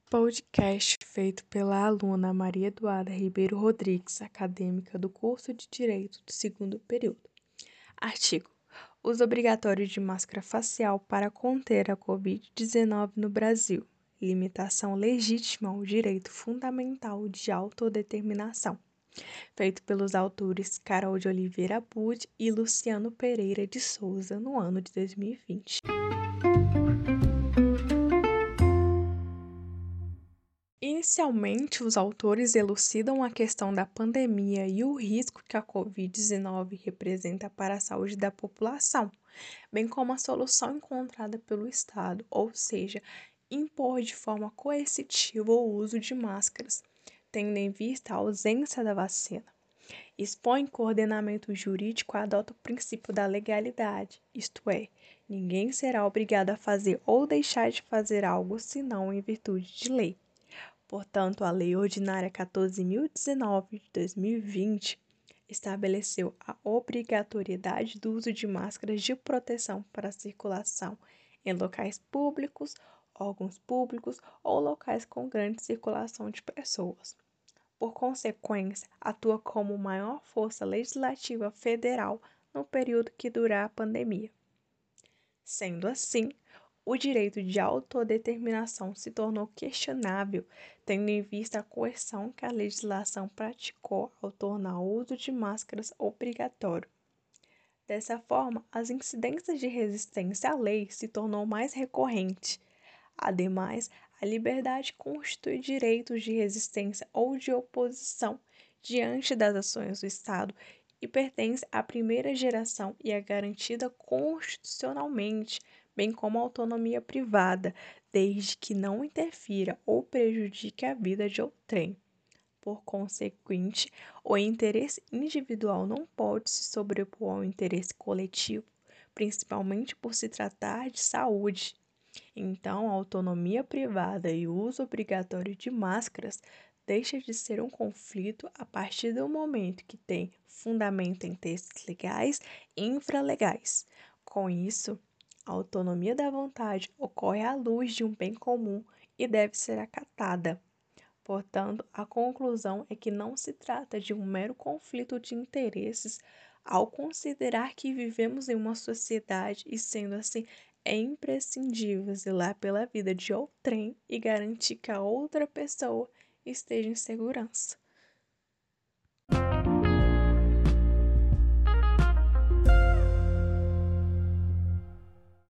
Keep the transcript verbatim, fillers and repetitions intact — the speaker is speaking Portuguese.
Podcast feito pela aluna Maria Eduarda Ribeiro Rodrigues, acadêmica do curso de Direito do segundo período. Artigo: uso obrigatório de máscara facial para conter a covid dezenove no Brasil. Limitação legítima ao direito fundamental de autodeterminação. Feito pelos autores Carol de Oliveira Abud e Luciano Pereira de Souza no ano de dois mil e vinte. Inicialmente, os autores elucidam a questão da pandemia e o risco que a covid dezenove representa para a saúde da população, bem como a solução encontrada pelo Estado, ou seja, impor de forma coercitiva o uso de máscaras, tendo em vista a ausência da vacina. Expõe que o ordenamento jurídico adota o princípio da legalidade, isto é, ninguém será obrigado a fazer ou deixar de fazer algo senão em virtude de lei. Portanto, a Lei Ordinária quatorze mil dezenove de dois mil e vinte estabeleceu a obrigatoriedade do uso de máscaras de proteção para a circulação em locais públicos, órgãos públicos ou locais com grande circulação de pessoas. Por consequência, atua como maior força legislativa federal no período que durar a pandemia. Sendo assim, o direito de autodeterminação se tornou questionável, tendo em vista a coerção que a legislação praticou ao tornar o uso de máscaras obrigatório. Dessa forma, as incidências de resistência à lei se tornou mais recorrente. Ademais, a liberdade constitui direitos de resistência ou de oposição diante das ações do Estado e pertence à primeira geração e é garantida constitucionalmente, bem como a autonomia privada, desde que não interfira ou prejudique a vida de outrem. Por consequente, o interesse individual não pode se sobrepor ao interesse coletivo, principalmente por se tratar de saúde. Então, a autonomia privada e o uso obrigatório de máscaras deixa de ser um conflito a partir do momento que tem fundamento em textos legais e infralegais. Com isso, a autonomia da vontade ocorre à luz de um bem comum e deve ser acatada. Portanto, a conclusão é que não se trata de um mero conflito de interesses ao considerar que vivemos em uma sociedade e, sendo assim, é imprescindível zelar pela vida de outrem e garantir que a outra pessoa esteja em segurança.